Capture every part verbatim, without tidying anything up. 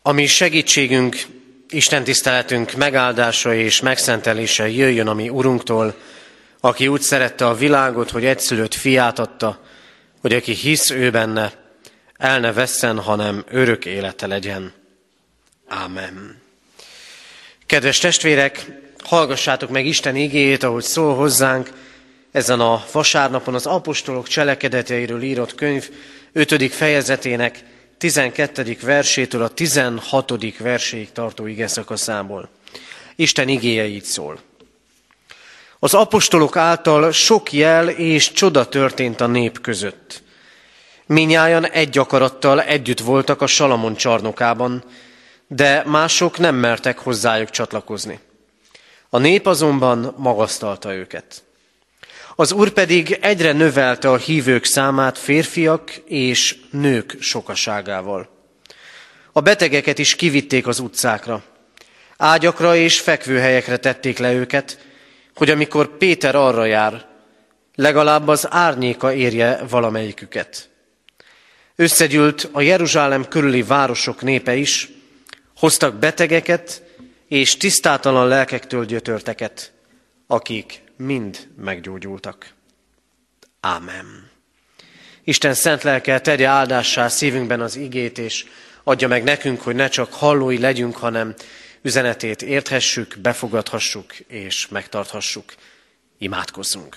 Ami segítségünk, Isten tiszteletünk megáldása és megszentelése jöjjön a mi Urunktól, aki úgy szerette a világot, hogy egyszülött fiát adta, hogy aki hisz ő benne, el ne vesszen, hanem örök élete legyen. Ámen. Kedves testvérek, hallgassátok meg Isten igéjét, ahogy szól hozzánk ezen a vasárnapon az apostolok cselekedeteiről írott könyv ötödik fejezetének tizenkettedik versétől a tizenhatodik verséig tartó igeszakaszából. Isten igéje így szól. Az apostolok által sok jel és csoda történt a nép között. Mindnyájan egy akarattal együtt voltak a Salamon csarnokában, de mások nem mertek hozzájuk csatlakozni. A nép azonban magasztalta őket. Az Úr pedig egyre növelte a hívők számát férfiak és nők sokaságával. A betegeket is kivitték az utcákra. Ágyakra és fekvőhelyekre tették le őket, hogy amikor Péter arra jár, legalább az árnyéka érje valamelyiküket. Összegyűlt a Jeruzsálem körüli városok népe is, hoztak betegeket és tisztátalan lelkektől gyötörteket, akik mind meggyógyultak. Ámen. Isten szent lelke tegye áldássá szívünkben az igét, és adja meg nekünk, hogy ne csak hallói legyünk, hanem üzenetét érthessük, befogadhassuk és megtarthassuk. Imádkozzunk.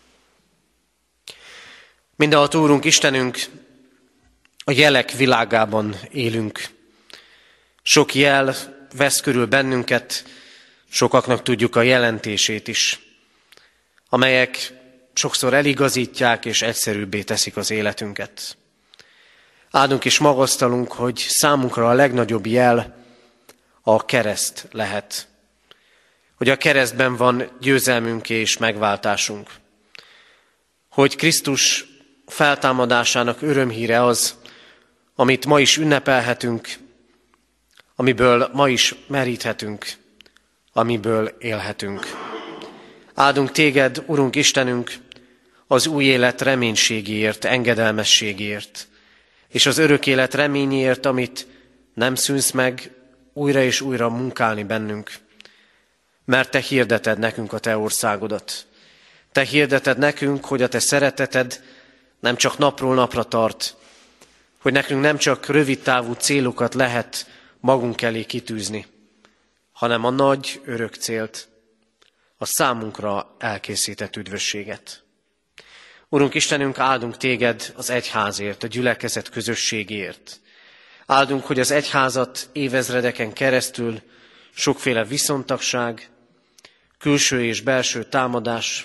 Mindenható Úrunk, Istenünk, a jelek világában élünk. Sok jel vesz körül bennünket, sokaknak tudjuk a jelentését is, amelyek sokszor eligazítják és egyszerűbbé teszik az életünket. Áldunk és magasztalunk, hogy számunkra a legnagyobb jel a kereszt lehet. Hogy a keresztben van győzelmünk és megváltásunk. Hogy Krisztus feltámadásának örömhíre az, amit ma is ünnepelhetünk, amiből ma is meríthetünk, amiből élhetünk. Áldunk téged, Urunk Istenünk, az új élet reménységéért, engedelmességéért, és az örök élet reményéért, amit nem szűnsz meg újra és újra munkálni bennünk. Mert te hirdeted nekünk a te országodat. Te hirdeted nekünk, hogy a te szereteted nem csak napról napra tart, hogy nekünk nem csak rövidtávú célokat lehet magunk elé kitűzni, hanem a nagy örök célt, a számunkra elkészített üdvösséget. Urunk Istenünk, áldunk téged az egyházért, a gyülekezet közösségért. Áldunk, hogy az egyházat évezredeken keresztül sokféle viszontagság, külső és belső támadás,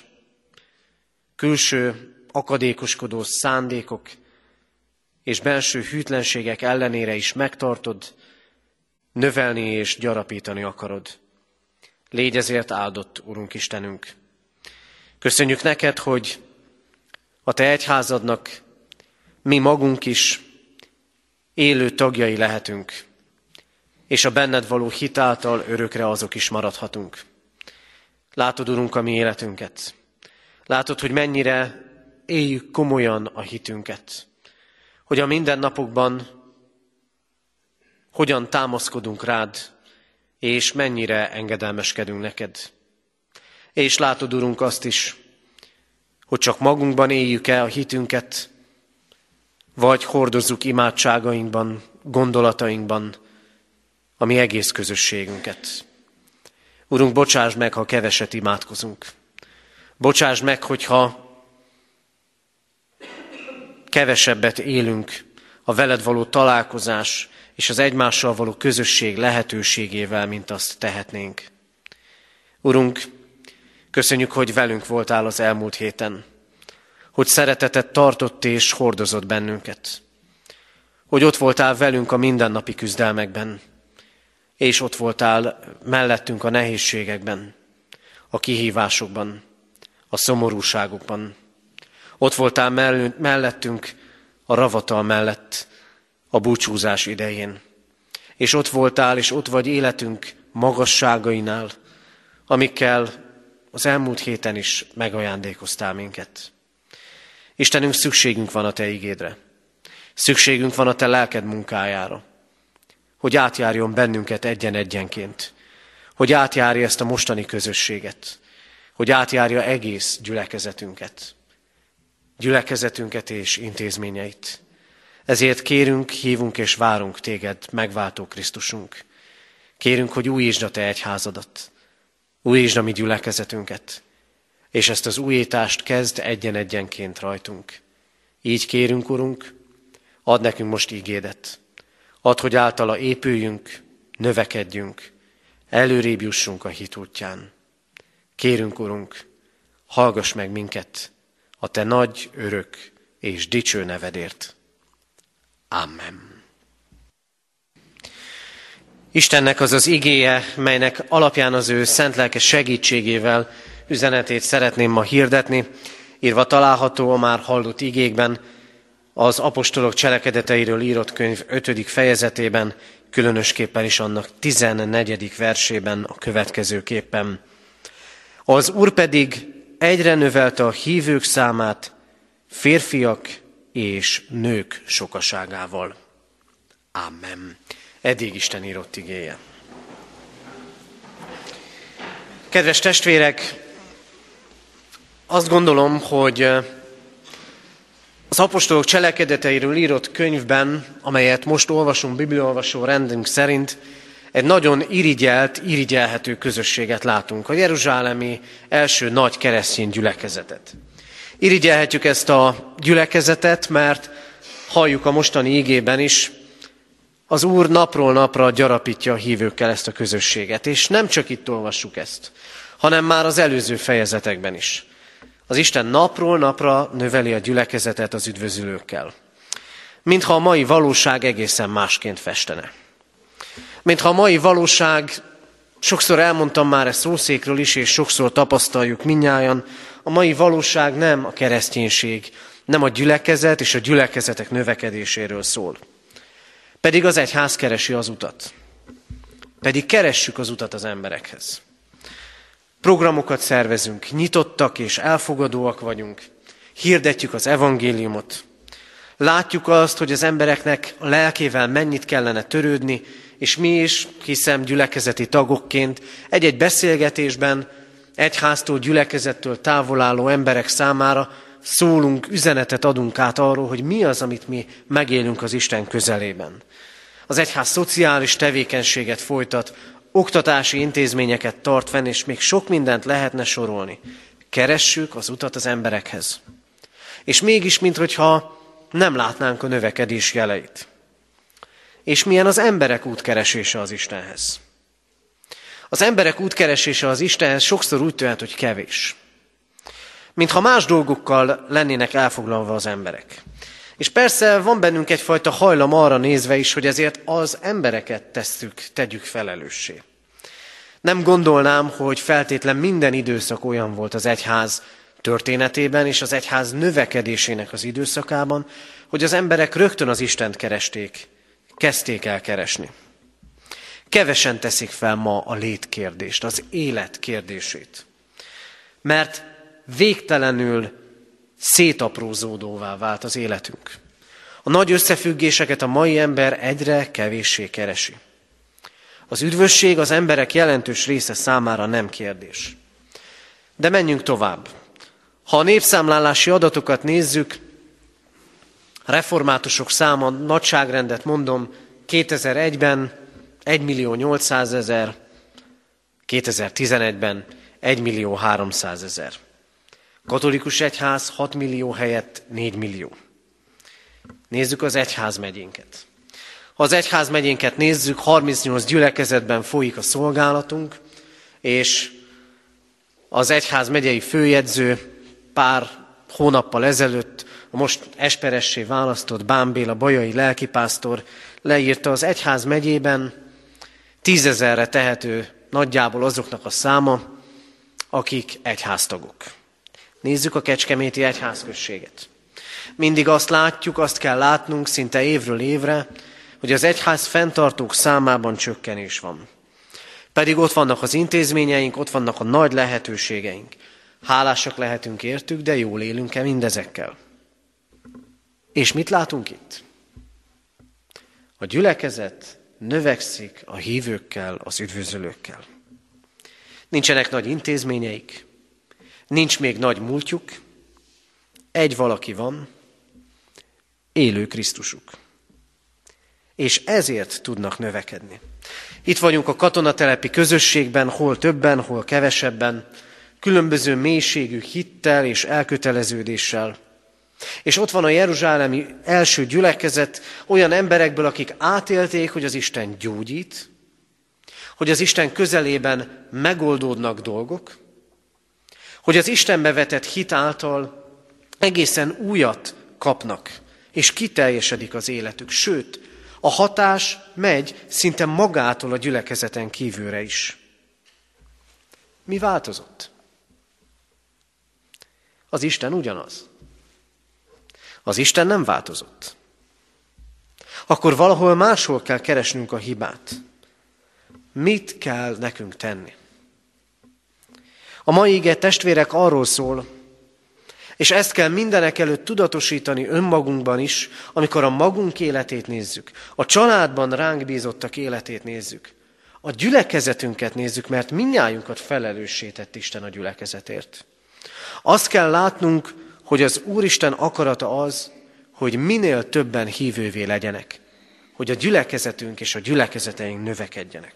külső akadékoskodó szándékok és belső hűtlenségek ellenére is megtartod, növelni és gyarapítani akarod. Légy ezért áldott, Urunk Istenünk. Köszönjük neked, hogy a te egyházadnak mi magunk is élő tagjai lehetünk, és a benned való hit által örökre azok is maradhatunk. Látod, Urunk, a mi életünket. Látod, hogy mennyire éljük komolyan a hitünket. Hogy a mindennapokban hogyan támaszkodunk rád, és mennyire engedelmeskedünk neked. És látod, Urunk, azt is, hogy csak magunkban éljük-e a hitünket, vagy hordozzuk imádságainkban, gondolatainkban a mi egész közösségünket. Urunk, bocsásd meg, ha keveset imádkozunk. Bocsásd meg, hogyha kevesebbet élünk a veled való találkozás és az egymással való közösség lehetőségével, mint azt tehetnénk. Urunk, köszönjük, hogy velünk voltál az elmúlt héten, hogy szeretetet tartott és hordozott bennünket, hogy ott voltál velünk a mindennapi küzdelmekben, és ott voltál mellettünk a nehézségekben, a kihívásokban, a szomorúságokban. Ott voltál mellettünk a ravatal mellett, a búcsúzás idején. És ott voltál, és ott vagy életünk magasságainál, amikkel az elmúlt héten is megajándékoztál minket. Istenünk, szükségünk van a te igédre. Szükségünk van a te lelked munkájára. hogy átjárjon bennünket egyen-egyenként, hogy átjárja ezt a mostani közösséget, hogy átjárja egész gyülekezetünket, gyülekezetünket és intézményeit. Ezért kérünk, hívunk és várunk téged, megváltó Krisztusunk. Kérünk, hogy újítsd a te egyházadat, újítsd a mi gyülekezetünket, és ezt az újítást kezd egyen-egyenként rajtunk. Így kérünk, Urunk, add nekünk most ígédet. Add, hogy általa épüljünk, növekedjünk, előrébb jussunk a hit útján. Kérünk, Urunk, hallgass meg minket a te nagy, örök és dicső nevedért. Amen. Istennek az az igéje, melynek alapján az ő szent lelke segítségével üzenetét szeretném ma hirdetni, írva található a már hallott igékben, az apostolok cselekedeteiről írott könyv ötödik fejezetében, különösképpen is annak tizennegyedik versében a következőképpen. Az Úr pedig egyre növelte a hívők számát férfiak és nők sokaságával. Amen. Eddig Isten írott igéje. Kedves testvérek, azt gondolom, hogy az apostolok cselekedeteiről írott könyvben, amelyet most olvasunk bibliaolvasó rendünk szerint, egy nagyon irigyelt, irigyelhető közösséget látunk, a jeruzsálemi első nagy keresztény gyülekezetet. Irigyelhetjük ezt a gyülekezetet, mert halljuk a mostani igében is, az Úr napról napra gyarapítja a hívőkkel ezt a közösséget, és nem csak itt olvassuk ezt, hanem már az előző fejezetekben is. Az Isten napról napra növeli a gyülekezetet az üdvözülőkkel. Mintha a mai valóság egészen másként festene. Mintha a mai valóság, sokszor elmondtam már ezt szószékről is, és sokszor tapasztaljuk mindnyájan, a mai valóság nem a kereszténység, nem a gyülekezet és a gyülekezetek növekedéséről szól. Pedig az egyház keresi az utat. Pedig keressük az utat az emberekhez. Programokat szervezünk, nyitottak és elfogadóak vagyunk, hirdetjük az evangéliumot. Látjuk azt, hogy az embereknek a lelkével mennyit kellene törődni, és mi is, hiszem gyülekezeti tagokként, egy-egy beszélgetésben egyháztól, gyülekezettől távol álló emberek számára szólunk, üzenetet adunk át arról, hogy mi az, amit mi megélünk az Isten közelében. Az egyház szociális tevékenységet folytat, oktatási intézményeket tart fenn, és még sok mindent lehetne sorolni. Keressük az utat az emberekhez. És mégis, minthogyha nem látnánk a növekedés jeleit. És milyen az emberek útkeresése az Istenhez? Az emberek útkeresése az Istenhez sokszor úgy tűnhet, hogy kevés. Mintha más dolgokkal lennének elfoglalva az emberek. És persze van bennünk egyfajta hajlam arra nézve is, hogy ezért az embereket tesszük, tegyük felelőssé. Nem gondolnám, hogy feltétlen minden időszak olyan volt az egyház történetében és az egyház növekedésének az időszakában, hogy az emberek rögtön az Istent keresték, kezdték el keresni. Kevesen teszik fel ma a létkérdést, az élet kérdését. Mert végtelenül szétaprózódóvá vált az életünk. A nagy összefüggéseket a mai ember egyre kevéssé keresi. Az üdvösség az emberek jelentős része számára nem kérdés. De menjünk tovább. Ha a népszámlálási adatokat nézzük, a reformátusok száma, nagyságrendet mondom, kétezer-egyben egymillió nyolcszázezer, kétezer-tizenegyben egymillió háromszázezer. Katolikus egyház hat millió helyett négy millió. Nézzük az egyházmegyénket. Ha az egyházmegyénket nézzük, harmincnyolc gyülekezetben folyik a szolgálatunk, és az egyházmegyei főjegyző pár hónappal ezelőtt a most esperessé választott Bán Béla bajai lelkipásztor leírta, az egyházmegyében tízezerre tehető nagyjából azoknak a száma, akik egyháztagok. Nézzük a kecskeméti egyházközséget. Mindig azt látjuk, azt kell látnunk szinte évről évre, hogy az egyház fenntartók számában csökkenés van. Pedig ott vannak az intézményeink, ott vannak a nagy lehetőségeink. Hálásak lehetünk értük, de jól élünk-e mindezekkel? És mit látunk itt? A gyülekezet növekszik a hívőkkel, az üdvözölőkkel. Nincsenek nagy intézményeik, nincs még nagy múltjuk, egy valaki van, élő Krisztusuk. És ezért tudnak növekedni. Itt vagyunk a katonatelepi közösségben, hol többen, hol kevesebben, különböző mélységű hittel és elköteleződéssel. És ott van a jeruzsálemi első gyülekezet olyan emberekből, akik átélték, hogy az Isten gyógyít, hogy az Isten közelében megoldódnak dolgok, hogy az Istenbe vetett hit által egészen újat kapnak, és kiteljesedik az életük. Sőt, a hatás megy szinte magától a gyülekezeten kívülre is. Mi változott? Az Isten ugyanaz. Az Isten nem változott. Akkor valahol máshol kell keresnünk a hibát. Mit kell nekünk tenni? A mai ige, testvérek, arról szól, és ezt kell mindenek előtt tudatosítani önmagunkban is, amikor a magunk életét nézzük, a családban ránk bízottak életét nézzük, a gyülekezetünket nézzük, mert mindnyájunkat felelőssé tett Isten a gyülekezetért. Azt kell látnunk, hogy az Úristen akarata az, hogy minél többen hívővé legyenek, hogy a gyülekezetünk és a gyülekezeteink növekedjenek.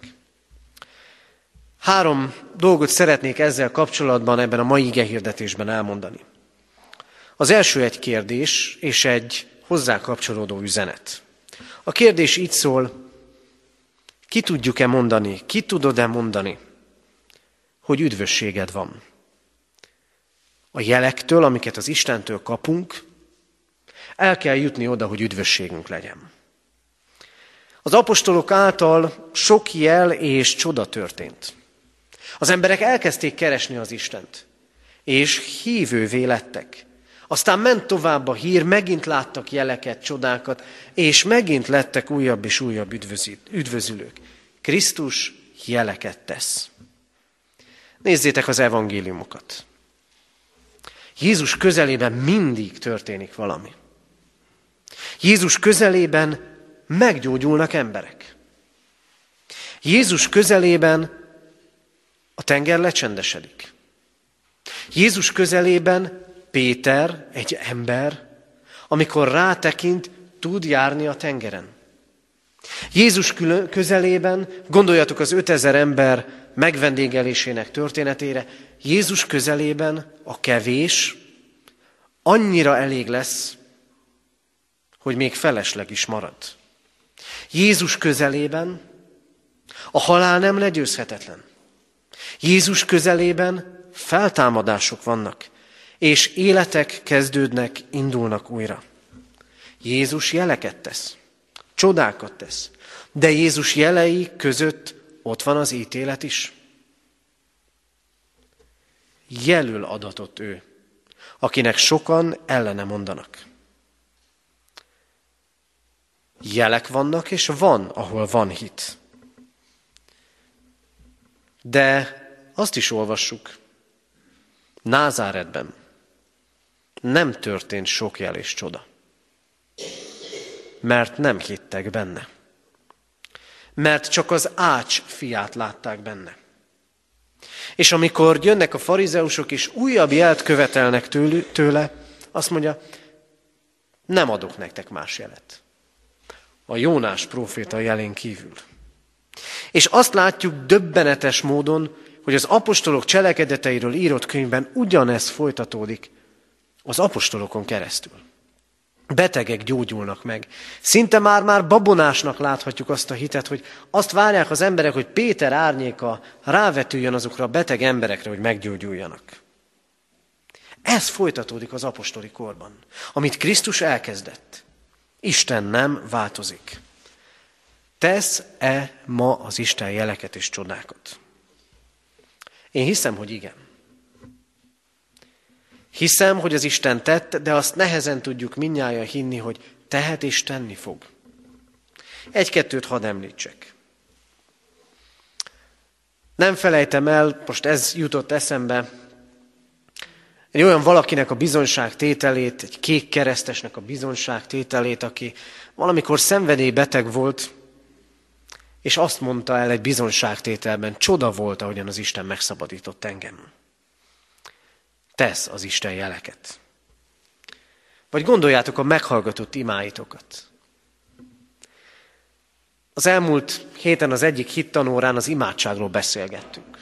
Három dolgot szeretnék ezzel kapcsolatban ebben a mai igehirdetésben elmondani. Az első egy kérdés és egy hozzá kapcsolódó üzenet. A kérdés így szól, ki tudjuk-e mondani, ki tudod-e mondani, hogy üdvösséged van? A jelektől, amiket az Istentől kapunk, el kell jutni oda, hogy üdvösségünk legyen. Az apostolok által sok jel és csoda történt. Az emberek elkezdték keresni az Istent, és hívővé lettek. Aztán ment tovább a hír, megint láttak jeleket, csodákat, és megint lettek újabb és újabb üdvözülők. Krisztus jeleket tesz. Nézzétek az evangéliumokat. Jézus közelében mindig történik valami. Jézus közelében meggyógyulnak emberek. Jézus közelében a tenger lecsendesedik. Jézus közelében Péter, egy ember, amikor rátekint, tud járni a tengeren. Jézus közelében, gondoljatok az ötezer ember megvendégelésének történetére, Jézus közelében a kevés annyira elég lesz, hogy még felesleg is marad. Jézus közelében a halál nem legyőzhetetlen. Jézus közelében feltámadások vannak, és életek kezdődnek, indulnak újra. Jézus jeleket tesz, csodákat tesz, de Jézus jelei között ott van az ítélet is. Jelül adatot ő, akinek sokan ellene mondanak. Jelek vannak, és van, ahol van hit. De azt is olvassuk, Názáretben nem történt sok jel és csoda, mert nem hittek benne. Mert csak az ács fiát látták benne. És amikor jönnek a farizeusok, és újabb jelt követelnek tőle, azt mondja, nem adok nektek más jelet. A Jónás próféta jelén kívül. És azt látjuk döbbenetes módon, hogy az apostolok cselekedeteiről írott könyvben ugyanez folytatódik az apostolokon keresztül. Betegek gyógyulnak meg. Szinte már-már babonásnak láthatjuk azt a hitet, hogy azt várják az emberek, hogy Péter árnyéka rávetüljön azokra a beteg emberekre, hogy meggyógyuljanak. Ez folytatódik az apostoli korban, amit Krisztus elkezdett. Isten nem változik. Tesz-e ma az Isten jeleket és csodákat? Én hiszem, hogy igen. Hiszem, hogy az Isten tett, de azt nehezen tudjuk mindnyájan hinni, hogy tehet és tenni fog. Egy-kettőt hadd említsek. Nem felejtem el, most ez jutott eszembe, egy olyan valakinek a bizonyságtételét, egy kék keresztesnek a bizonyságtételét, aki valamikor szenvedélybeteg volt, és azt mondta el egy bizonságtételben, csoda volt, ahogyan az Isten megszabadított engem. Tesz az Isten jeleket. Vagy gondoljátok a meghallgatott imáitokat. Az elmúlt héten az egyik hittanórán az imádságról beszélgettünk.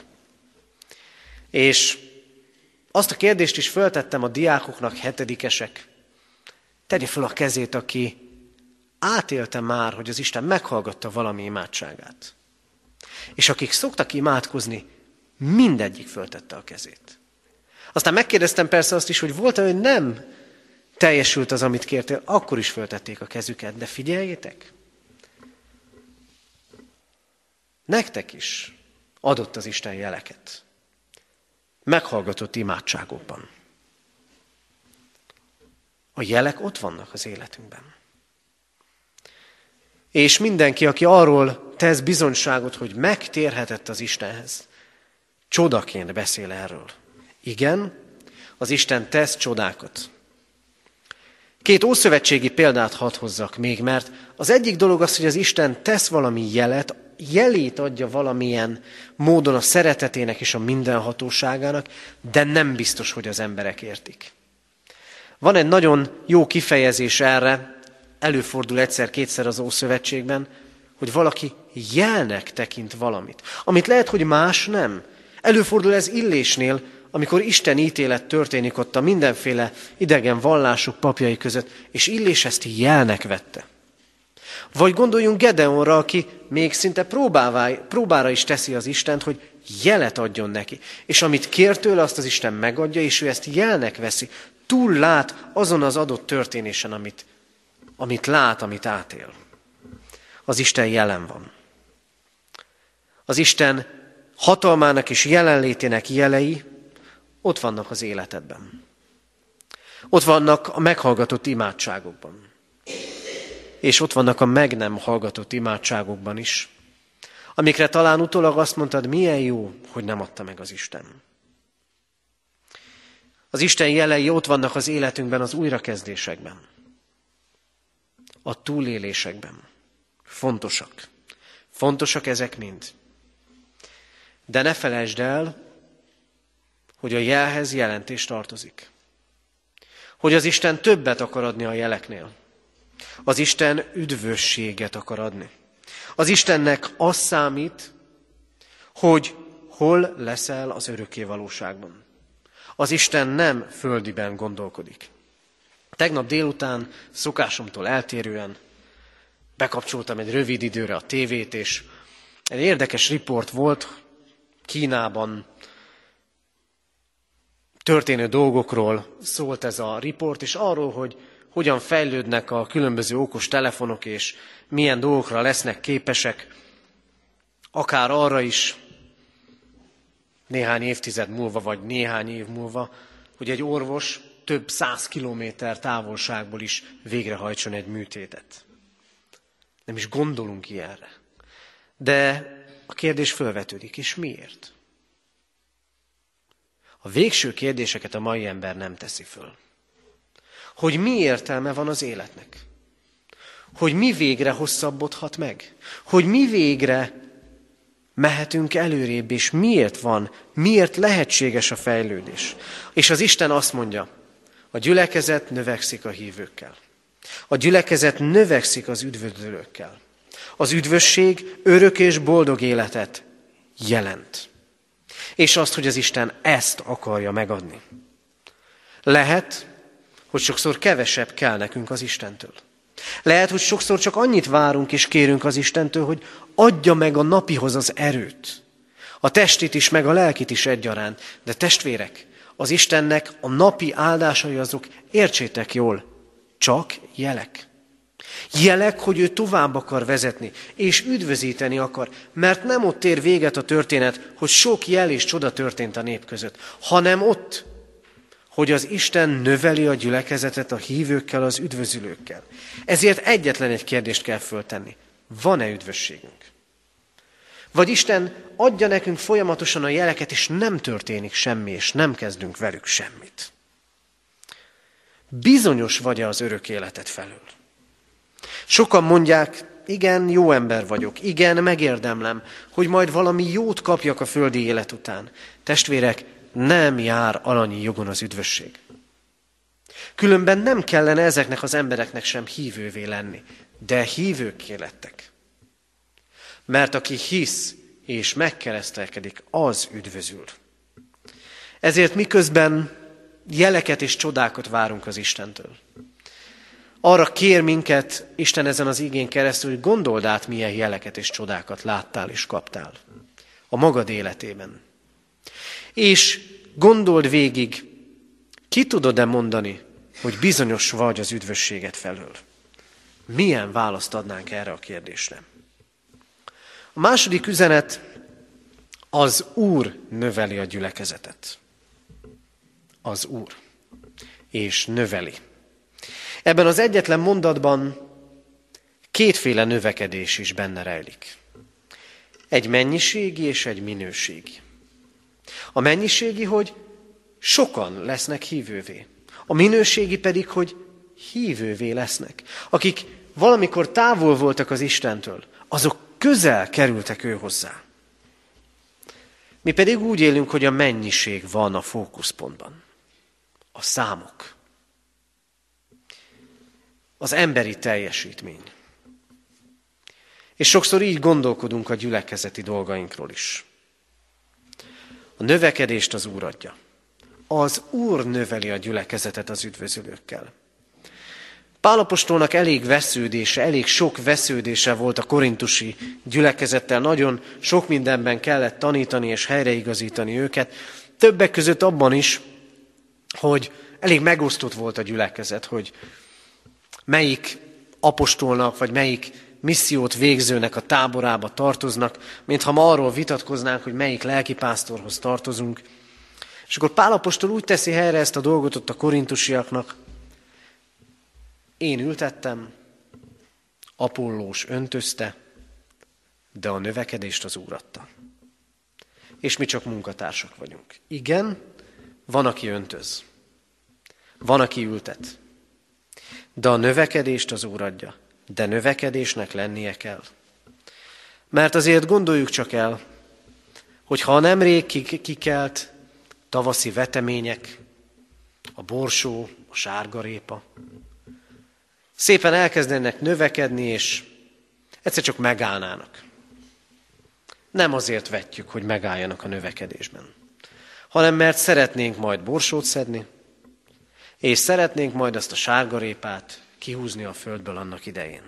És azt a kérdést is föltettem a diákoknak, hetedikesek. Tegye fel a kezét, aki átélte már, hogy az Isten meghallgatta valami imádságát. És akik szoktak imádkozni, mindegyik föltette a kezét. Aztán megkérdeztem persze azt is, hogy volt-e, hogy nem teljesült az, amit kértél, akkor is föltették a kezüket. De figyeljétek! Nektek is adott az Isten jeleket. Meghallgatott imádságokban. A jelek ott vannak az életünkben. És mindenki, aki arról tesz bizonyságot, hogy megtérhetett az Istenhez, csodaként beszél erről. Igen, az Isten tesz csodákat. Két ószövetségi példát hadd hozzak még, mert az egyik dolog az, hogy az Isten tesz valami jelet, jelét adja valamilyen módon a szeretetének és a mindenhatóságának, de nem biztos, hogy az emberek értik. Van egy nagyon jó kifejezés erre, előfordul egyszer-kétszer az Ószövetségben, hogy valaki jelnek tekint valamit, amit lehet, hogy más nem. Előfordul ez Illésnél, amikor Isten ítélet történik ott a mindenféle idegen vallások papjai között, és Illés ezt jelnek vette. Vagy gondoljunk Gedeonra, aki még szinte próbává, próbára is teszi az Istent, hogy jelet adjon neki. És amit kér tőle, azt az Isten megadja, és ő ezt jelnek veszi. Túl lát azon az adott történésen, amit, amit lát, amit átél. Az Isten jelen van. Az Isten hatalmának és jelenlétének jelei ott vannak az életedben. Ott vannak a meghallgatott imádságokban. És ott vannak a meg nem hallgatott imádságokban is, amikre talán utólag azt mondtad, milyen jó, hogy nem adta meg az Isten. Az Isten jelei ott vannak az életünkben, az újrakezdésekben, a túlélésekben. Fontosak. Fontosak ezek mind. De ne felejtsd el, hogy a jelhez jelentés tartozik. Hogy az Isten többet akar adni a jeleknél. Az Isten üdvösséget akar adni. Az Istennek az számít, hogy hol leszel az örökké valóságban. Az Isten nem földiben gondolkodik. Tegnap délután szokásomtól eltérően bekapcsoltam egy rövid időre a tévét, és egy érdekes riport volt Kínában történő dolgokról szólt ez a riport, és arról, hogy hogyan fejlődnek a különböző okos telefonok, és milyen dolgokra lesznek képesek, akár arra is néhány évtized múlva, vagy néhány év múlva, hogy egy orvos több száz kilométer távolságból is végrehajtson egy műtétet. Nem is gondolunk ilyenre. De a kérdés fölvetődik, és miért? A végső kérdéseket a mai ember nem teszi föl. Hogy mi értelme van az életnek? Hogy mi végre hosszabbodhat meg? Hogy mi végre mehetünk előrébb, és miért van, miért lehetséges a fejlődés? És az Isten azt mondja, a gyülekezet növekszik a hívőkkel. A gyülekezet növekszik az üdvözlőkkel. Az üdvösség örök és boldog életet jelent. És azt, hogy az Isten ezt akarja megadni. Lehet, hogy sokszor kevesebb kell nekünk az Istentől. Lehet, hogy sokszor csak annyit várunk és kérünk az Istentől, hogy adja meg a napihoz az erőt. A testit is, meg a lelkit is egyaránt. De testvérek, az Istennek a napi áldásai azok, értsétek jól, csak jelek. Jelek, hogy ő tovább akar vezetni, és üdvözíteni akar, mert nem ott ér véget a történet, hogy sok jel és csoda történt a nép között, hanem ott, hogy az Isten növeli a gyülekezetet a hívőkkel, az üdvözülőkkel. Ezért egyetlen egy kérdést kell föltenni. Van-e üdvösségünk? Vagy Isten adja nekünk folyamatosan a jeleket, és nem történik semmi, és nem kezdünk velük semmit. Bizonyos vagy-e az örök életet felől? Sokan mondják, igen, jó ember vagyok, igen, megérdemlem, hogy majd valami jót kapjak a földi élet után. Testvérek, nem jár alanyi jogon az üdvösség. Különben nem kellene ezeknek az embereknek sem hívővé lenni, de hívőkké lettek. Mert aki hisz és megkeresztelkedik, az üdvözül. Ezért miközben jeleket és csodákat várunk az Istentől. Arra kér minket Isten ezen az igén keresztül, hogy gondold át, milyen jeleket és csodákat láttál és kaptál a magad életében. És gondold végig, ki tudod-e mondani, hogy bizonyos vagy az üdvösséget felől? Milyen választ adnánk erre a kérdésre? A második üzenet, az Úr növeli a gyülekezetet. Az Úr. És növeli. Ebben az egyetlen mondatban kétféle növekedés is benne rejlik. Egy mennyiségi és egy minőségi. A mennyiségi, hogy sokan lesznek hívővé. A minőségi pedig, hogy hívővé lesznek. Akik valamikor távol voltak az Istentől, azok közel kerültek ő hozzá. Mi pedig úgy élünk, hogy a mennyiség van a fókuszpontban. A számok. Az emberi teljesítmény. És sokszor így gondolkodunk a gyülekezeti dolgainkról is. A növekedést az Úr adja. Az Úr növeli a gyülekezetet az üdvözülőkkel. Pál apostolnak elég vesződése, elég sok vesződése volt a korintusi gyülekezettel. Nagyon sok mindenben kellett tanítani és helyreigazítani őket. Többek között abban is, hogy elég megosztott volt a gyülekezet, hogy melyik apostolnak, vagy melyik missziót végzőnek a táborába tartoznak, mintha ma arról vitatkoznánk, hogy melyik lelkipásztorhoz tartozunk. És akkor Pál apostol úgy teszi helyre ezt a dolgot ott a korintusiaknak, én ültettem, Apollós öntözte, de a növekedést az Úr adta. És mi csak munkatársak vagyunk. Igen, van, aki öntöz, van, aki ültet, de a növekedést az Úr adja, de növekedésnek lennie kell. Mert azért gondoljuk csak el, hogy ha nemrég kikelt tavaszi vetemények, a borsó, a sárgarépa, szépen elkezdenek növekedni, és egyszer csak megállnának. Nem azért vetjük, hogy megálljanak a növekedésben, hanem mert szeretnénk majd borsót szedni, és szeretnénk majd azt a sárgarépát kihúzni a földből annak idején.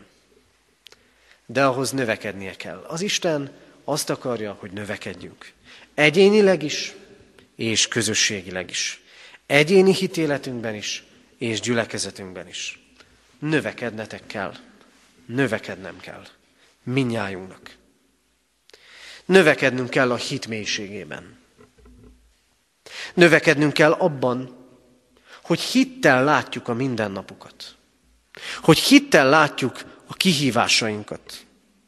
De ahhoz növekednie kell. Az Isten azt akarja, hogy növekedjünk. Egyénileg is, és közösségileg is. Egyéni hitéletünkben is, és gyülekezetünkben is. Növekednetek kell. Növekednem kell. Mindnyájunknak. Növekednünk kell a hit mélységében. Növekednünk kell abban, hogy hittel látjuk a mindennapokat. Hogy hittel látjuk a kihívásainkat.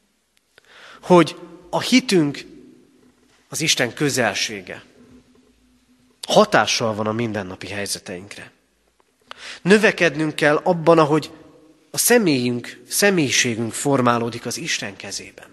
Hogy a hitünk az Isten közelsége. Hatással van a mindennapi helyzeteinkre. Növekednünk kell abban, ahogy a személyünk, személyiségünk formálódik az Isten kezében.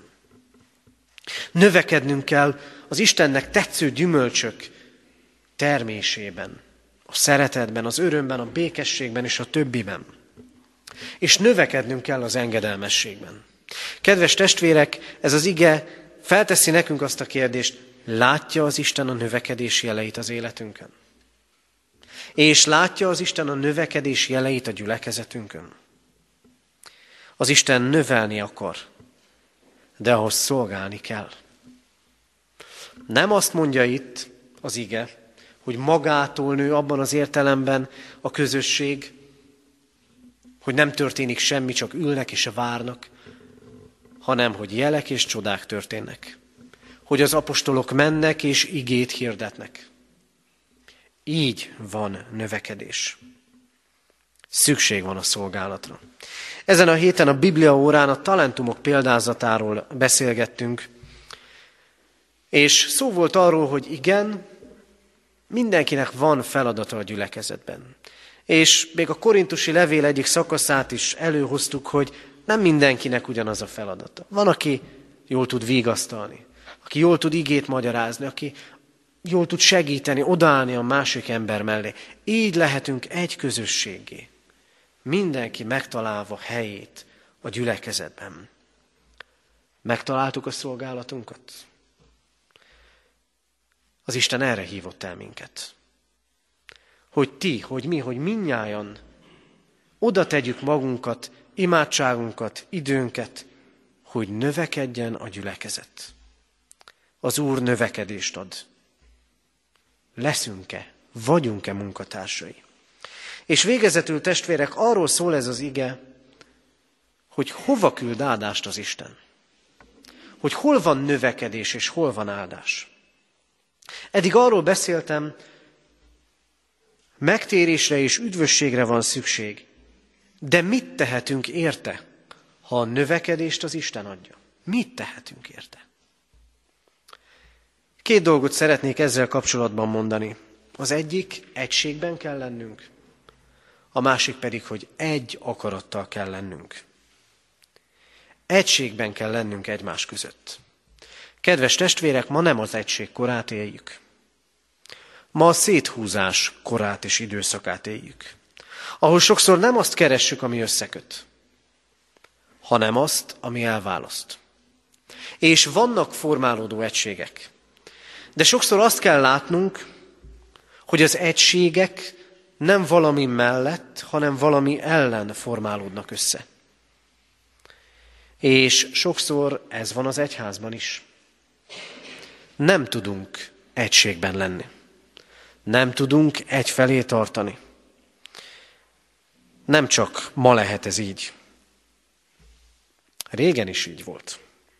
Növekednünk kell az Istennek tetsző gyümölcsök termésében, a szeretetben, az örömben, a békességben és a többiben. És növekednünk kell az engedelmességben. Kedves testvérek, ez az ige felteszi nekünk azt a kérdést, látja az Isten a növekedés jeleit az életünkön? És látja az Isten a növekedés jeleit a gyülekezetünkön? Az Isten növelni akar, de ahhoz szolgálni kell. Nem azt mondja itt az ige, hogy magától nő abban az értelemben a közösség, hogy nem történik semmi, csak ülnek és várnak, hanem hogy jelek és csodák történnek. Hogy az apostolok mennek és igét hirdetnek. Így van növekedés. Szükség van a szolgálatra. Ezen a héten a Biblia órán a talentumok példázatáról beszélgettünk, és szó volt arról, hogy igen, mindenkinek van feladata a gyülekezetben. És még a korintusi levél egyik szakaszát is előhoztuk, hogy nem mindenkinek ugyanaz a feladata. Van, aki jól tud vigasztalni, aki jól tud igét magyarázni, aki jól tud segíteni, odaállni a másik ember mellé. Így lehetünk egy közösségé. Mindenki megtalálva helyét a gyülekezetben. Megtaláltuk a szolgálatunkat? Az Isten erre hívott el minket. Hogy ti, hogy mi, hogy mindnyájan oda tegyük magunkat, imádságunkat, időnket, hogy növekedjen a gyülekezet. Az Úr növekedést ad. Leszünk-e, vagyunk-e munkatársai? És végezetül, testvérek, arról szól ez az ige, hogy hova küld áldást az Isten. Hogy hol van növekedés és hol van áldás. Eddig arról beszéltem, megtérésre és üdvösségre van szükség. De mit tehetünk érte, ha a növekedést az Isten adja? Mit tehetünk érte? Két dolgot szeretnék ezzel kapcsolatban mondani. Az egyik, egységben kell lennünk. A másik pedig, hogy egy akarattal kell lennünk. Egységben kell lennünk egymás között. Kedves testvérek, ma nem az egység korát éljük. Ma a széthúzás korát és időszakát éljük. Ahol sokszor nem azt keressük, ami összeköt, hanem azt, ami elválaszt. És vannak formálódó egységek. De sokszor azt kell látnunk, hogy az egységek nem valami mellett, hanem valami ellen formálódnak össze. És sokszor ez van az egyházban is. Nem tudunk egységben lenni. Nem tudunk egyfelé tartani. Nem csak ma lehet ez így. Régen is így volt.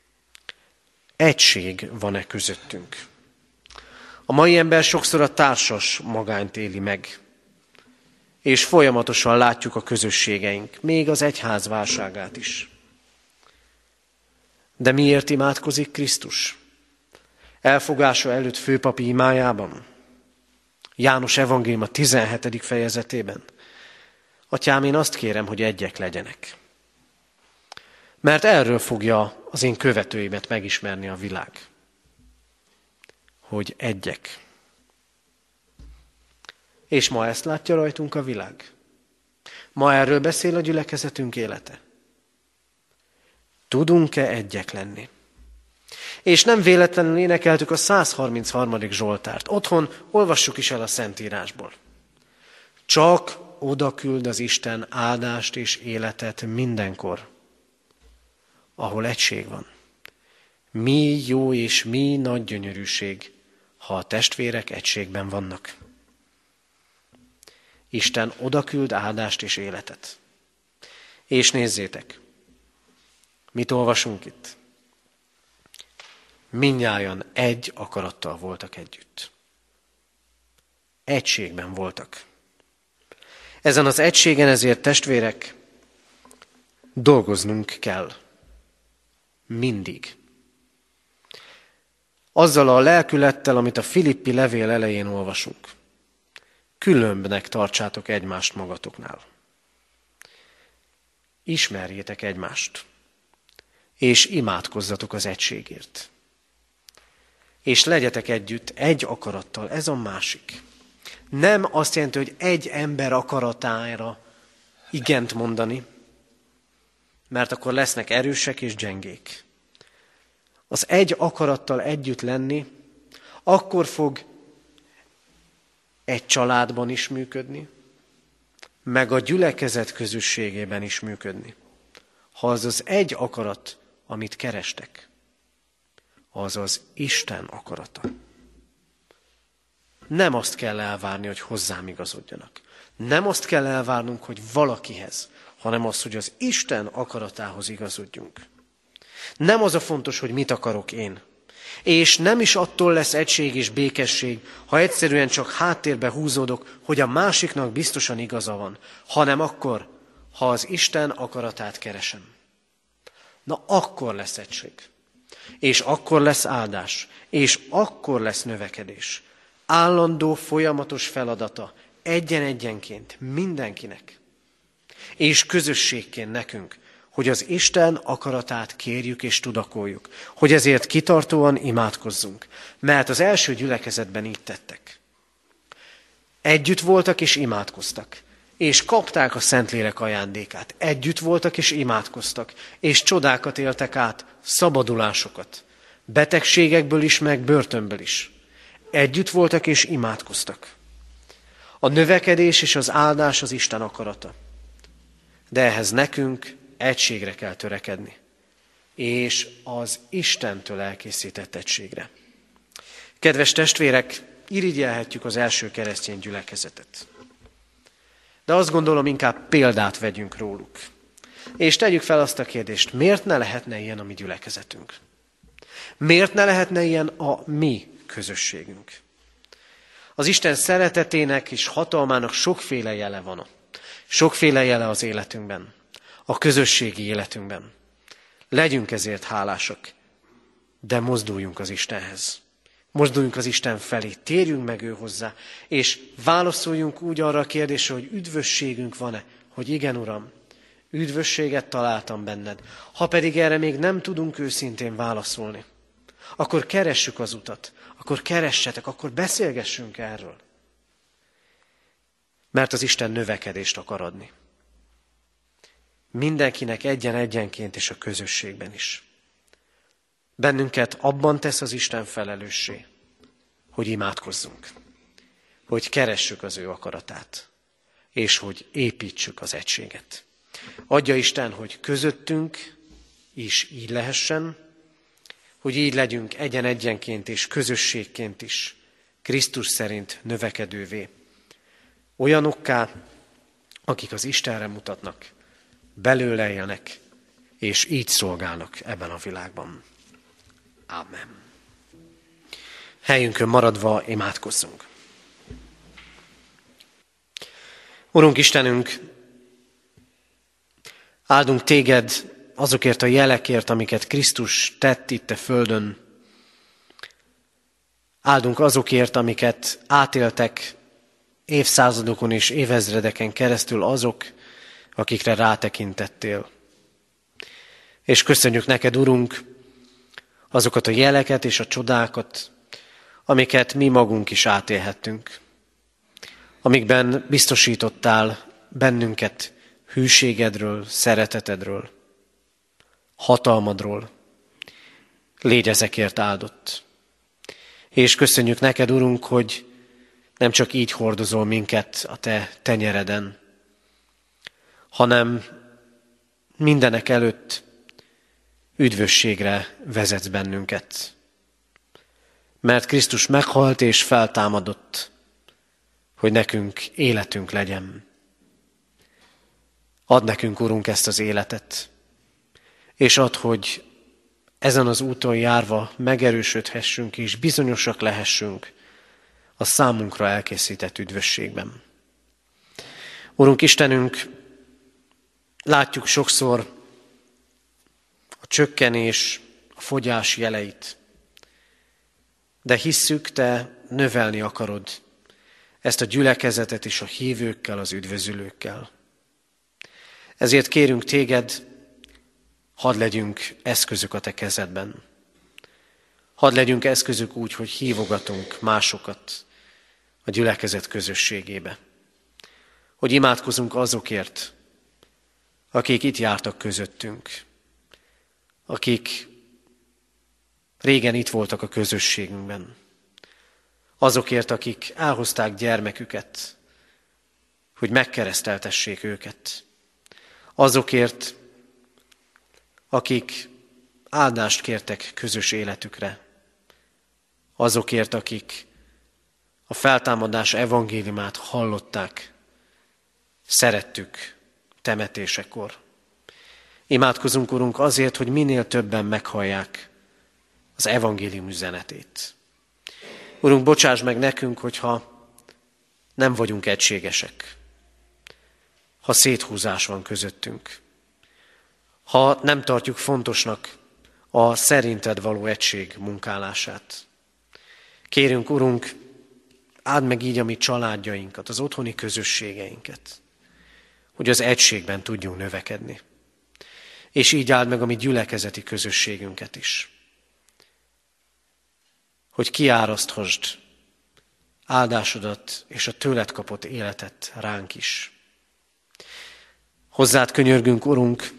Egység van-e közöttünk? A mai ember sokszor a társas magányt éli meg, és folyamatosan látjuk a közösségeink, még az egyház válságát is. De miért imádkozik Krisztus? Elfogása előtt főpapi imájában, János evangéliuma tizenhetedik fejezetében. Atyám, én azt kérem, hogy egyek legyenek. Mert erről fogja az én követőimet megismerni a világ. Hogy egyek. És ma ezt látja rajtunk a világ. Ma erről beszél a gyülekezetünk élete. Tudunk-e egyek lenni? És nem véletlenül énekeltük a száz harmincharmadik Zsoltárt. Otthon olvassuk is el a Szentírásból. Csak oda küld az Isten áldást és életet mindenkor, ahol egység van. Mi jó és mi nagy gyönyörűség, ha a testvérek egységben vannak. Isten oda küld áldást és életet. És nézzétek, mit olvasunk itt? Mindnyájan egy akarattal voltak együtt. Egységben voltak. Ezen az egységen ezért, testvérek, dolgoznunk kell. Mindig. Azzal a lelkülettel, amit a Filippi levél elején olvasunk. Különbnek tartsátok egymást magatoknál. Ismerjétek egymást, és imádkozzatok az egységért. És legyetek együtt egy akarattal, ez a másik. Nem azt jelenti, hogy egy ember akaratára igent mondani, mert akkor lesznek erősek és gyengék. Az egy akarattal együtt lenni, akkor fog egy családban is működni, meg a gyülekezet közösségében is működni. Ha az az egy akarat, amit kerestek, az az Isten akarata. Nem azt kell elvárni, hogy hozzám igazodjanak. Nem azt kell elvárnunk, hogy valakihez, hanem azt, hogy az Isten akaratához igazodjunk. Nem az a fontos, hogy mit akarok én. És nem is attól lesz egység és békesség, ha egyszerűen csak háttérbe húzódok, hogy a másiknak biztosan igaza van, hanem akkor, ha az Isten akaratát keresem. Na akkor lesz egység. És akkor lesz áldás. És akkor lesz növekedés. Állandó, folyamatos feladata egyen-egyenként mindenkinek. És közösségként nekünk, hogy az Isten akaratát kérjük és tudakoljuk, hogy ezért kitartóan imádkozzunk, mert az első gyülekezetben így tettek. Együtt voltak és imádkoztak, és kapták a Szentlélek ajándékát. Együtt voltak és imádkoztak, és csodákat éltek át, szabadulásokat, betegségekből is, meg börtönből is. Együtt voltak és imádkoztak. A növekedés és az áldás az Isten akarata. De ehhez nekünk egységre kell törekedni, és az Istentől elkészített egységre. Kedves testvérek, irigyelhetjük az első keresztény gyülekezetet. De azt gondolom, inkább példát vegyünk róluk. És tegyük fel azt a kérdést, miért ne lehetne ilyen a mi gyülekezetünk? Miért ne lehetne ilyen a mi közösségünk? Az Isten szeretetének és hatalmának sokféle jele van. Sokféle jele az életünkben, a közösségi életünkben. Legyünk ezért hálásak, de mozduljunk az Istenhez. Mozduljunk az Isten felé, térjünk meg ő hozzá, és válaszoljunk úgy arra a kérdésre, hogy üdvösségünk van-e, hogy igen, Uram, üdvösséget találtam benned. Ha pedig erre még nem tudunk őszintén válaszolni, akkor keressük az utat, akkor keressetek, akkor beszélgessünk erről. Mert az Isten növekedést akar adni. Mindenkinek egyen-egyenként és a közösségben is. Bennünket abban tesz az Isten felelőssé, hogy imádkozzunk, hogy keressük az ő akaratát, és hogy építsük az egységet. Adja Isten, hogy közöttünk is így lehessen, hogy így legyünk egyen-egyenként és közösségként is Krisztus szerint növekedővé. Olyanokká, akik az Istenre mutatnak, belőle élnek, és így szolgálnak ebben a világban. Amen. Helyünkön maradva imádkozzunk. Urunk Istenünk, áldunk téged azokért a jelekért, amiket Krisztus tett itt a földön. Áldunk azokért, amiket átéltek évszázadokon és évezredeken keresztül azok, akikre rátekintettél. És köszönjük neked, Urunk, azokat a jeleket és a csodákat, amiket mi magunk is átélhettünk, amikben biztosítottál bennünket hűségedről, szeretetedről, hatalmadról. Légy ezekért áldott. És köszönjük neked, Urunk, hogy nem csak így hordozol minket a te tenyereden, hanem mindenek előtt üdvösségre vezetsz bennünket. Mert Krisztus meghalt és feltámadott, hogy nekünk életünk legyen. Add nekünk, Urunk, ezt az életet, és add, hogy ezen az úton járva megerősödhessünk és bizonyosak lehessünk a számunkra elkészített üdvösségben. Urunk Istenünk, látjuk sokszor a csökkenés, a fogyás jeleit, de hisszük, te növelni akarod ezt a gyülekezetet is a hívőkkel, az üdvözülőkkel. Ezért kérünk téged, hadd legyünk eszközök a te kezedben. Hadd legyünk eszközök úgy, hogy hívogatunk másokat a gyülekezet közösségébe. Hogy imádkozunk azokért, akik itt jártak közöttünk, akik régen itt voltak a közösségünkben. Azokért, akik elhozták gyermeküket, hogy megkereszteltessék őket. Azokért, akik áldást kértek közös életükre. Azokért, akik a feltámadás evangéliumát hallották, szerettük temetésekor. Imádkozunk, Urunk, azért, hogy minél többen meghallják az evangélium üzenetét. Urunk, bocsáss meg nekünk, hogyha nem vagyunk egységesek, ha széthúzás van közöttünk, ha nem tartjuk fontosnak a szerinted való egység munkálását. Kérünk, Urunk, áld meg így a mi családjainkat, az otthoni közösségeinket, hogy az egységben tudjunk növekedni. és így áld meg a mi gyülekezeti közösségünket is. Hogy kiáraszthasd áldásodat és a tőled kapott életet ránk is. Hozzád könyörgünk, Urunk,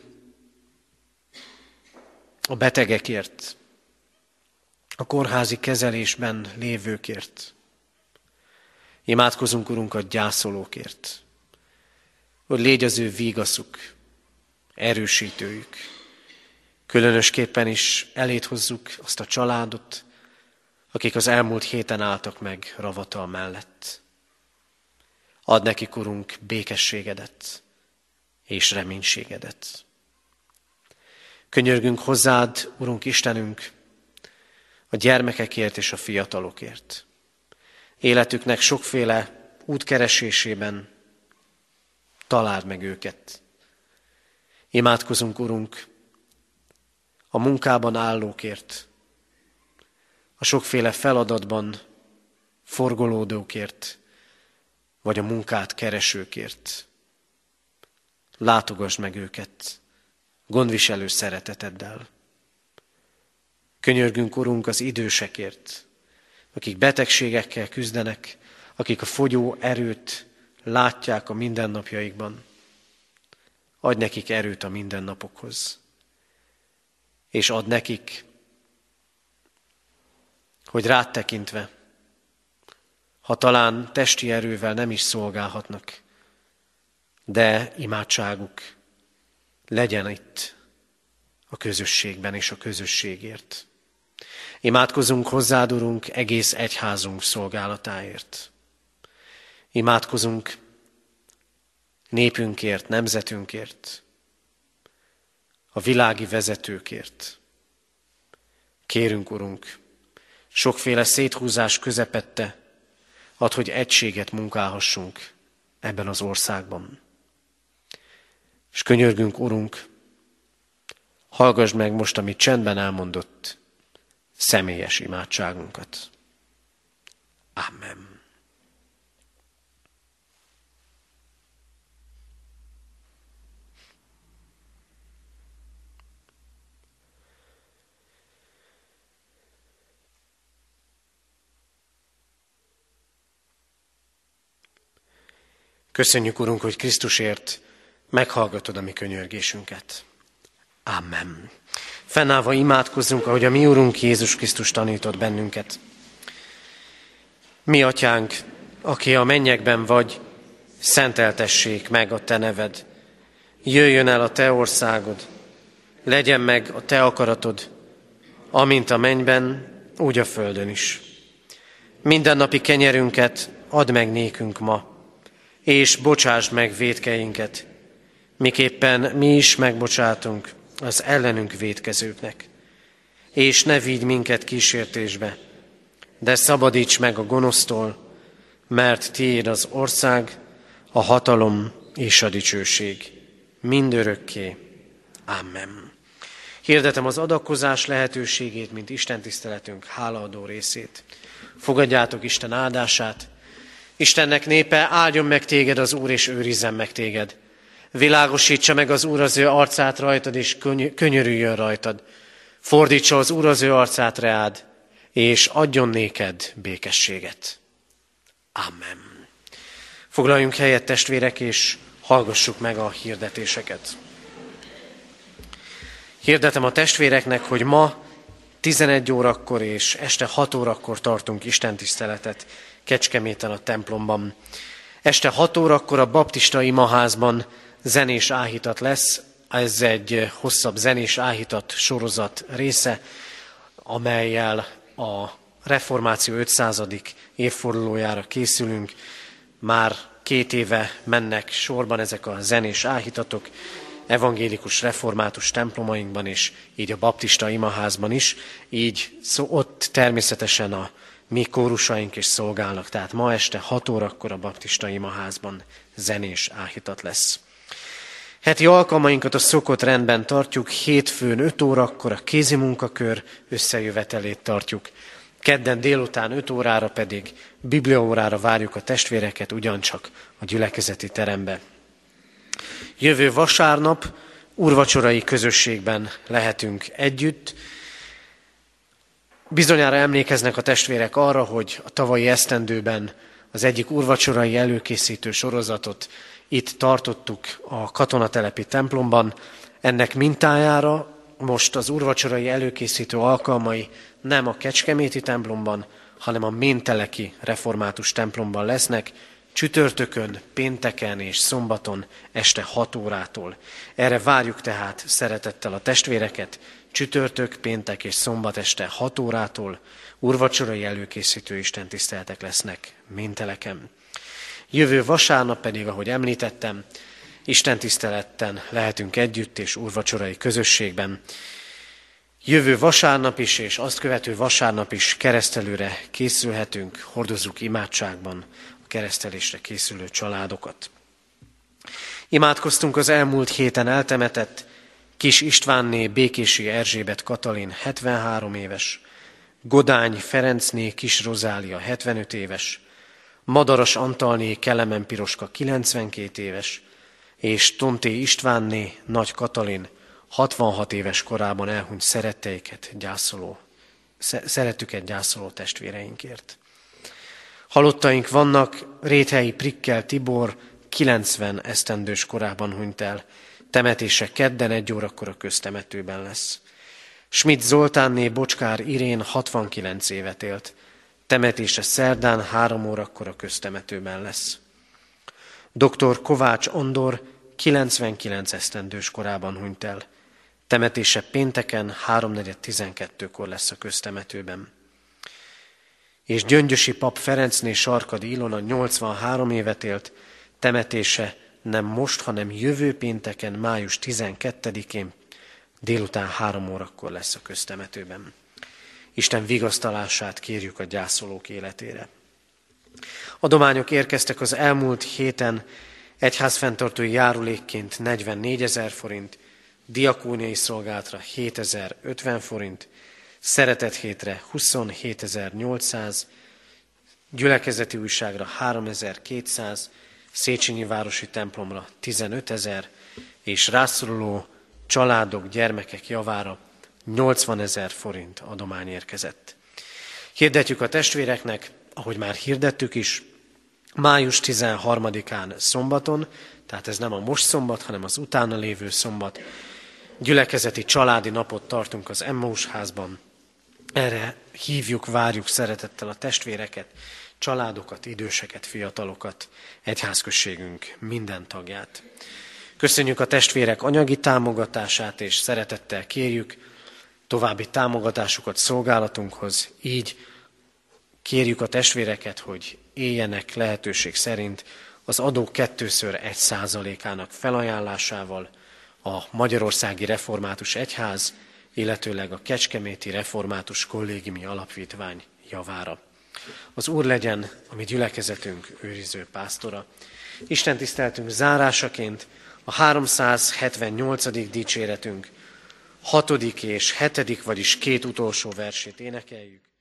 a betegekért, a kórházi kezelésben lévőkért. Imádkozunk, Urunk, a gyászolókért, hogy légy az ő vígaszuk, erősítőjük. Különösképpen is eléd hozzuk azt a családot, akik az elmúlt héten álltak meg ravatal mellett. Add nekik, Urunk, békességedet és reménységedet. Könyörgünk hozzád, Urunk Istenünk, a gyermekekért és a fiatalokért. Életüknek sokféle útkeresésében találd meg őket. Imádkozunk, Urunk, a munkában állókért, a sokféle feladatban forgolódókért, vagy a munkát keresőkért. Látogass meg őket gondviselő szereteteddel. Könyörgünk, Urunk, az idősekért, akik betegségekkel küzdenek, akik a fogyó erőt látják a mindennapjaikban. Adj nekik erőt a mindennapokhoz, és add nekik, hogy rád tekintve, ha talán testi erővel nem is szolgálhatnak, de imádságuk legyen itt a közösségben és a közösségért. Imádkozunk hozzád, Urunk, egész egyházunk szolgálatáért. Imádkozunk népünkért, nemzetünkért, a világi vezetőkért. Kérünk, Urunk, sokféle széthúzás közepette, add, hogy egységet munkálhassunk ebben az országban. És könyörgünk, Urunk, hallgassd meg most, amit csendben elmondott, személyes imádságunkat. Amen. Köszönjük, Urunk, hogy Krisztusért meghallgatod a mi könyörgésünket. Amen. Fennállva imádkozzunk, ahogy a mi Urunk Jézus Krisztus tanított bennünket. Mi Atyánk, aki a mennyekben vagy, szenteltessék meg a Te neved. Jöjjön el a Te országod, legyen meg a Te akaratod, amint a mennyben, úgy a földön is. Mindennapi kenyerünket add meg nékünk ma, és bocsásd meg vétkeinket, miképpen mi is megbocsátunk az ellenünk vétkezőknek. És ne vigy minket kísértésbe, de szabadíts meg a gonosztól, mert tiéd az ország, a hatalom és a dicsőség mindörökké. Amen. Hirdetem az adakozás lehetőségét, mint istentiszteletünk hálaadó részét. Fogadjátok Isten áldását. Istennek népe, áldjon meg téged az Úr, és őrizzen meg téged. Világosítsa meg az Úr az ő arcát rajtad, és könyörüljön rajtad. Fordítsa az Úr az ő arcát reád, és adjon néked békességet. Amen. Foglaljunk helyet, testvérek, és hallgassuk meg a hirdetéseket. Hirdetem a testvéreknek, hogy ma tizenegy órakor és este hat órakor tartunk istentiszteletet Kecskeméten a templomban. Este hat órakor a baptista imaházban zenés áhítat lesz. Ez egy hosszabb zenés áhítat sorozat része, amellyel a reformáció ötszázadik évfordulójára készülünk. Már két éve mennek sorban ezek a zenés áhítatok, evangélikus református templomainkban is, így a baptista imaházban is, így szó, ott természetesen a mi kórusaink is szolgálnak, tehát ma este hat órakor a baptista imaházban zenés áhítat lesz. Heti alkalmainkat a szokott rendben tartjuk, hétfőn öt órakor a kézimunkakör összejövetelét tartjuk, kedden délután öt órára pedig bibliaórára várjuk a testvéreket ugyancsak a gyülekezeti terembe. Jövő vasárnap úrvacsorai közösségben lehetünk együtt. Bizonyára emlékeznek a testvérek arra, hogy a tavalyi esztendőben az egyik úrvacsorai előkészítő sorozatot itt tartottuk a katonatelepi templomban. Ennek mintájára most az úrvacsorai előkészítő alkalmai nem a kecskeméti templomban, hanem a ménteleki református templomban lesznek, csütörtökön, pénteken és szombaton este hat órától. Erre várjuk tehát szeretettel a testvéreket, csütörtök, péntek és szombat este hat órától úrvacsorai előkészítő istentiszteletek lesznek ménteleken. Jövő vasárnap pedig, ahogy említettem, istentiszteleten lehetünk együtt és úrvacsorai közösségben. Jövő vasárnap is és azt követő vasárnap is keresztelőre készülhetünk, hordozzuk imádságban a keresztelésre készülő családokat. Imádkoztunk az elmúlt héten eltemetett Kis Istvánné Békési Erzsébet Katalin hetvenhárom éves, Godány Ferencné Kis Rozália hetvenöt éves, Madaras Antalné Kelemen Piroska kilencvenkét éves, és Tonté Istvánné Nagy Katalin hatvanhat éves korában elhunyt szeretteiket gyászoló, szeretüket gyászoló testvéreinkért. Halottaink vannak, Réthelyi Prikkel Tibor kilencven esztendős korában hunyt el, temetése kedden egy órakor a köztemetőben lesz. Schmidt Zoltánné Bocskár Irén hatvankilenc évet élt, temetése szerdán három órakor a köztemetőben lesz. doktor Kovács Andor kilencvenkilenc esztendős korában hunyt el, temetése pénteken háromnegyed tizenkettőkor lesz a köztemetőben. És Gyöngyösi pap Ferencné Sarkadi Ilona nyolcvanhárom évet élt, temetése nem most, hanem jövő pénteken, május tizenkettedikén, délután három órakor lesz a köztemetőben. Isten vigasztalását kérjük a gyászolók életére. Adományok érkeztek az elmúlt héten, egyházfenntartói járulékként negyvennégyezer forint, diakóniai szolgálatra hétezer-ötven forint, szeretet hétre huszonhétezer-nyolcszáz, gyülekezeti újságra háromezer-kétszáz, Széchenyi városi templomra tizenötezer, és rászoruló családok, gyermekek javára nyolcvanezer forint adomány érkezett. Hirdetjük a testvéreknek, ahogy már hirdettük is, május tizenharmadikán szombaton, tehát ez nem a most szombat, hanem az utána lévő szombat, gyülekezeti családi napot tartunk az Emmaus házban. Erre hívjuk, várjuk szeretettel a testvéreket, családokat, időseket, fiatalokat, egyházközségünk minden tagját. Köszönjük a testvérek anyagi támogatását, és szeretettel kérjük további támogatásukat szolgálatunkhoz. Így kérjük a testvéreket, hogy éljenek lehetőség szerint az adó kettőször egy százalékának felajánlásával a Magyarországi Református Egyház, illetőleg a Kecskeméti Református Kollégiumi Alapítvány javára. Az Úr legyen a mi gyülekezetünk őriző pásztora. Isten tiszteltünk zárásaként a háromszázhetvennyolcadik dicséretünk hatodik és hetedik, vagyis két utolsó versét énekeljük.